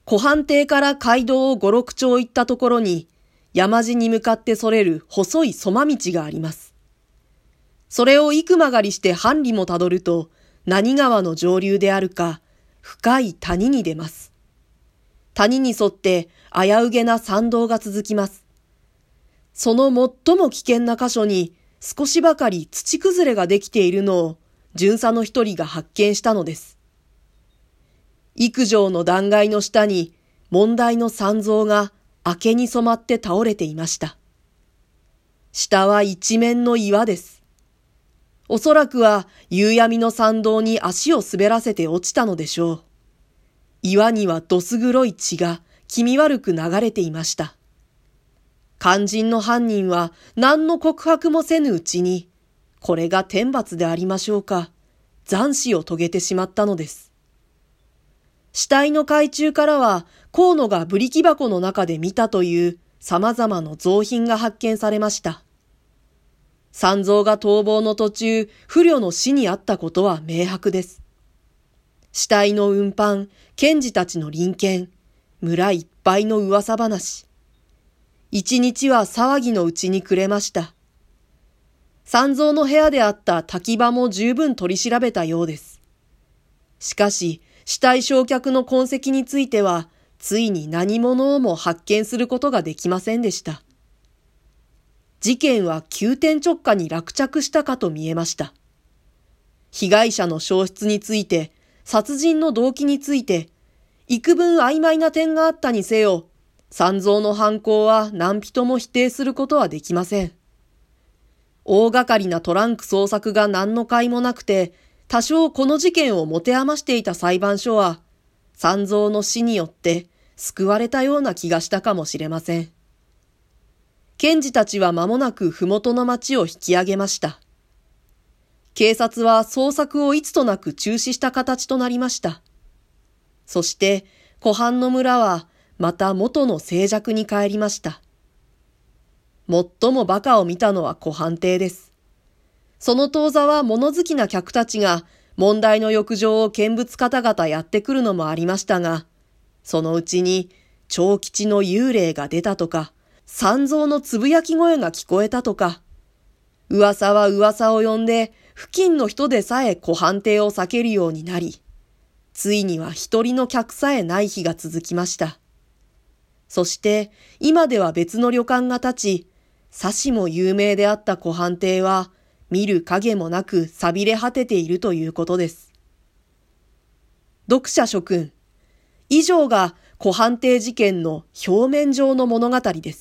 湖畔邸から街道を5、6丁行ったところに、山路に向かってそれる細いそま道があります。それを幾曲がりして半里もたどると、何川の上流であるか、深い谷に出ます。谷に沿って危うげな山道が続きます。その最も危険な箇所に少しばかり土崩れができているのを巡査の一人が発見したのです。幾条の断崖の下に問題の山像が明けに染まって倒れていました。下は一面の岩です。おそらくは夕闇の山道に足を滑らせて落ちたのでしょう。岩にはどす黒い血が気味悪く流れていました。肝心の犯人は何の告白もせぬうちに、これが天罰でありましょうか、斬死を遂げてしまったのです。死体の海中からは河野がブリキ箱の中で見たという様々な造品が発見されました。山蔵が逃亡の途中、不慮の死にあったことは明白です。死体の運搬、検事たちの臨検、村いっぱいの噂話。一日は騒ぎのうちに暮れました。山蔵の部屋であった焚き場も十分取り調べたようです。しかし、死体焼却の痕跡については、ついに何者をも発見することができませんでした。事件は急転直下に落着したかと見えました。被害者の消失について、殺人の動機について、幾分曖昧な点があったにせよ、山蔵の犯行は何人も否定することはできません。大掛かりなトランク捜索が何の甲斐もなくて、多少この事件を持て余していた裁判所は、山蔵の死によって救われたような気がしたかもしれません。検事たちは間もなく麓の町を引き上げました。警察は捜索をいつとなく中止した形となりました。そして湖畔の村はまた元の静寂に帰りました。最も馬鹿を見たのは湖畔邸です。その当座は物好きな客たちが問題の浴場を見物方々やってくるのもありましたが、そのうちに長吉の幽霊が出たとか、山蔵のつぶやき声が聞こえたとか、噂は噂を呼んで、付近の人でさえ湖畔邸を避けるようになり、ついには一人の客さえない日が続きました。そして今では別の旅館が建ち、さしも有名であった湖畔邸は、見る影もなく錆びれ果てているということです。読者諸君、以上が湖畔邸事件の表面上の物語です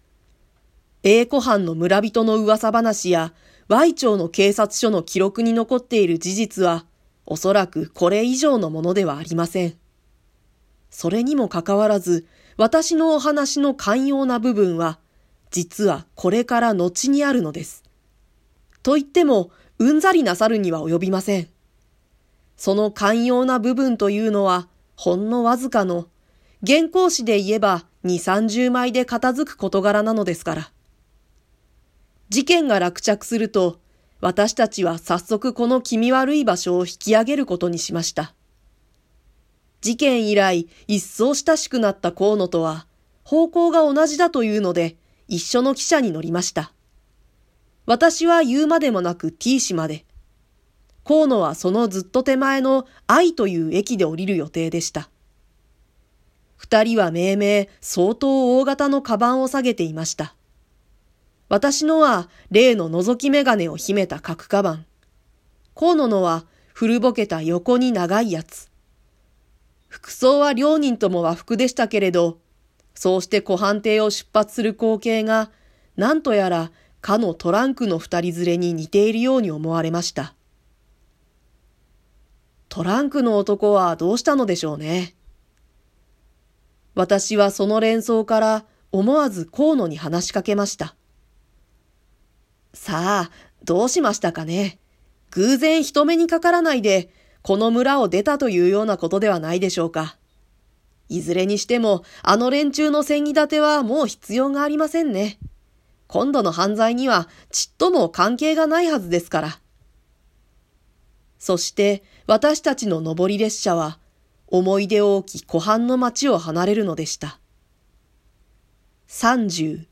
。A湖畔の村人の噂話や Y 町の警察署の記録に残っている事実は、おそらくこれ以上のものではありません。それにもかかわらず、私のお話の寛容な部分は、実はこれから後にあるのです。と言っても、うんざりなさるには及びません。その寛容な部分というのは、ほんのわずかの、原稿紙で言えば2、30枚で片付く事柄なのですから。事件が落着すると、私たちは早速この気味悪い場所を引き上げることにしました。事件以来、一層親しくなった河野とは、方向が同じだというので、一緒の汽車に乗りました。私は言うまでもなく T 市まで。河野はそのずっと手前の愛という駅で降りる予定でした。二人はめいめい相当大型のカバンを下げていました。私のは例の覗き眼鏡を秘めた角カバン。河野のは古ぼけた横に長いやつ。服装は両人とも和服でしたけれど、そうして湖畔邸を出発する光景が、なんとやらかのトランクの二人連れに似ているように思われました。トランクの男はどうしたのでしょうね。私はその連想から思わず河野に話しかけました。さあ、どうしましたかね。偶然人目にかからないで、この村を出たというようなことではないでしょうか。いずれにしても、あの連中の戦議立てはもう必要がありませんね。今度の犯罪にはちっとも関係がないはずですから。そして私たちの上り列車は、 思い出多き湖畔の町を離れるのでした。30。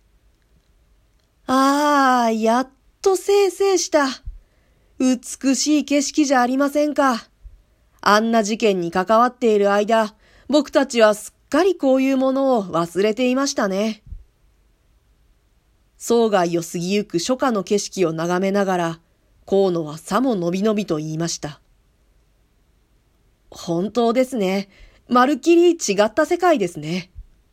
ああ、やっとせいせいした。美しい景色じゃありませんか。あんな事件に関わっている間、僕たちはすっかりこういうものを忘れていましたね。郊外を過ぎゆく初夏の景色を眺めながら、河野はさものびのびと言いました。本当ですね。まるっきり違った世界ですね。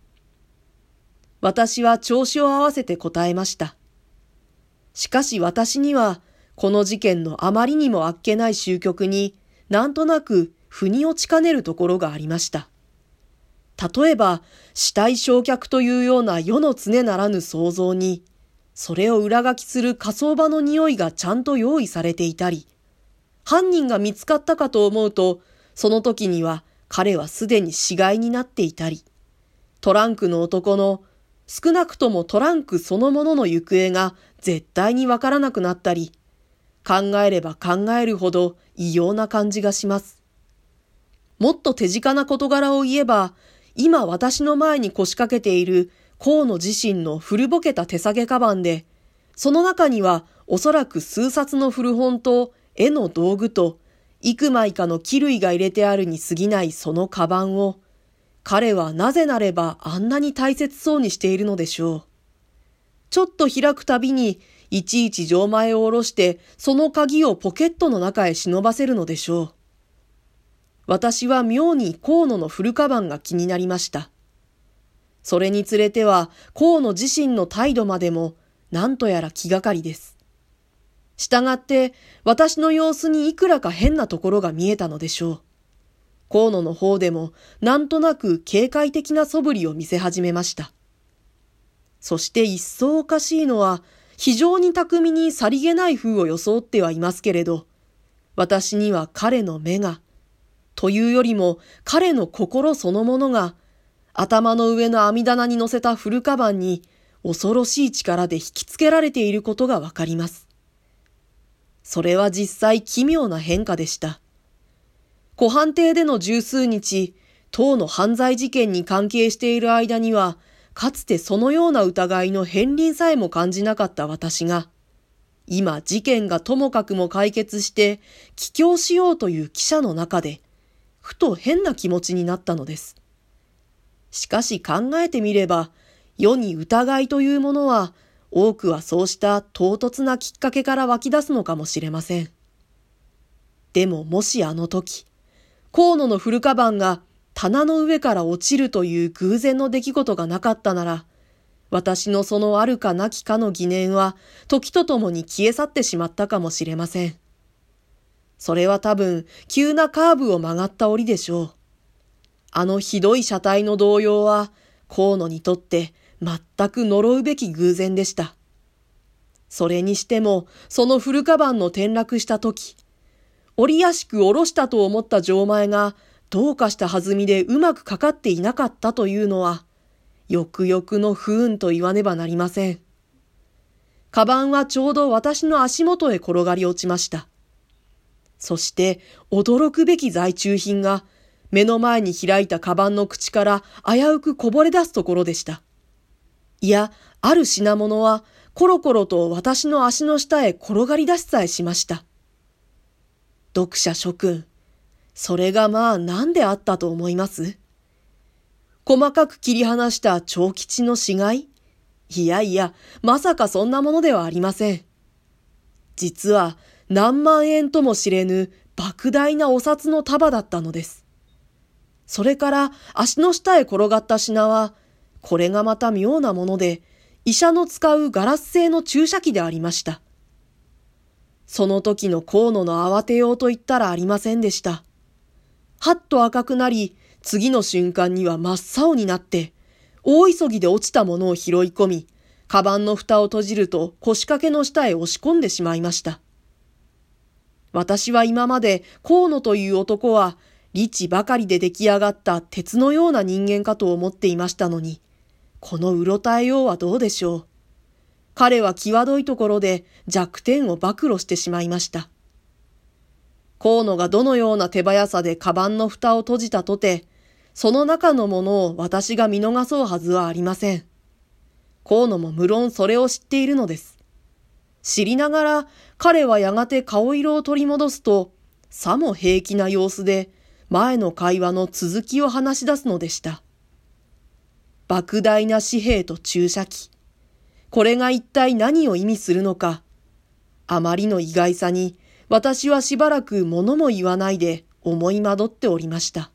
私は調子を合わせて答えました。しかし私には、この事件のあまりにもあっけない終局に、なんとなく腑に落ちかねるところがありました。例えば、死体焼却というような世の常ならぬ想像に、それを裏書きする火葬場の匂いがちゃんと用意されていたり、犯人が見つかったかと思うと、その時には彼はすでに死骸になっていたり、トランクの男の、少なくともトランクそのものの行方が絶対にわからなくなったり、考えれば考えるほど異様な感じがします。もっと手近な事柄を言えば、今私の前に腰掛けている河野自身の古ぼけた手提げカバンで、その中にはおそらく数冊の古本と絵の道具と幾枚かの器類が入れてあるに過ぎないそのカバンを、彼はなぜなればあんなに大切そうにしているのでしょう。ちょっと開くたびにいちいち錠前を下ろしてその鍵をポケットの中へ忍ばせるのでしょう。私は妙に河野の古カバンが気になりました。それにつれては河野自身の態度までも何とやら気がかりです。したがって私の様子にいくらか変なところが見えたのでしょう。河野の方でもなんとなく警戒的な素振りを見せ始めました。そして一層おかしいのは、非常に巧みにさりげない風を装ってはいますけれど、私には彼の目が、というよりも彼の心そのものが、頭の上の網棚に乗せた古カバンに恐ろしい力で引きつけられていることがわかります。それは実際奇妙な変化でした。湖畔邸での十数日、当の犯罪事件に関係している間には、かつてそのような疑いの片鱗さえも感じなかった私が、今事件がともかくも解決して帰郷しようという汽車の中で、ふと変な気持ちになったのです。しかし考えてみれば、世に疑いというものは、多くはそうした唐突なきっかけから湧き出すのかもしれません。でももしあの時、河野の古カバンが棚の上から落ちるという偶然の出来事がなかったなら、私のそのあるかなきかの疑念は時とともに消え去ってしまったかもしれません。それは多分急なカーブを曲がった折でしょう。あのひどい車体の動揺は河野にとって全く呪うべき偶然でした。それにしてもその古カバンの転落した時、折やしく下ろしたと思った錠前がどうかした弾みでうまくかかっていなかったというのは、よくよくの不運と言わねばなりません。カバンはちょうど私の足元へ転がり落ちました。そして驚くべき在中品が目の前に開いたカバンの口から危うくこぼれ出すところでした。いや、ある品物はコロコロと私の足の下へ転がり出しさえしました。読者諸君、それがまあ何であったと思います？細かく切り離した長吉の死骸？いやいや、まさかそんなものではありません。実は何万円とも知れぬ莫大なお札の束だったのです。それから足の下へ転がった品は、これがまた妙なもので、医者の使うガラス製の注射器でありました。その時の河野の慌てようと言ったらありませんでした。はっと赤くなり、次の瞬間には真っ青になって、大急ぎで落ちたものを拾い込み、カバンの蓋を閉じると腰掛けの下へ押し込んでしまいました。私は今まで河野という男は、理智ばかりで出来上がった鉄のような人間かと思っていましたのに、このうろたえようはどうでしょう。彼は際どいところで弱点を暴露してしまいました。 河野がどのような手早さでカバンの蓋を閉じたとて、その中のものを私が見逃そうはずはありません。河野も無論それを知っているのです。知りながら彼はやがて顔色を取り戻すと、さも平気な様子で前の会話の続きを話し出すのでした。莫大な紙幣と注射器。これが一体何を意味するのか。あまりの意外さに私はしばらく物も言わないで思い惑っておりました。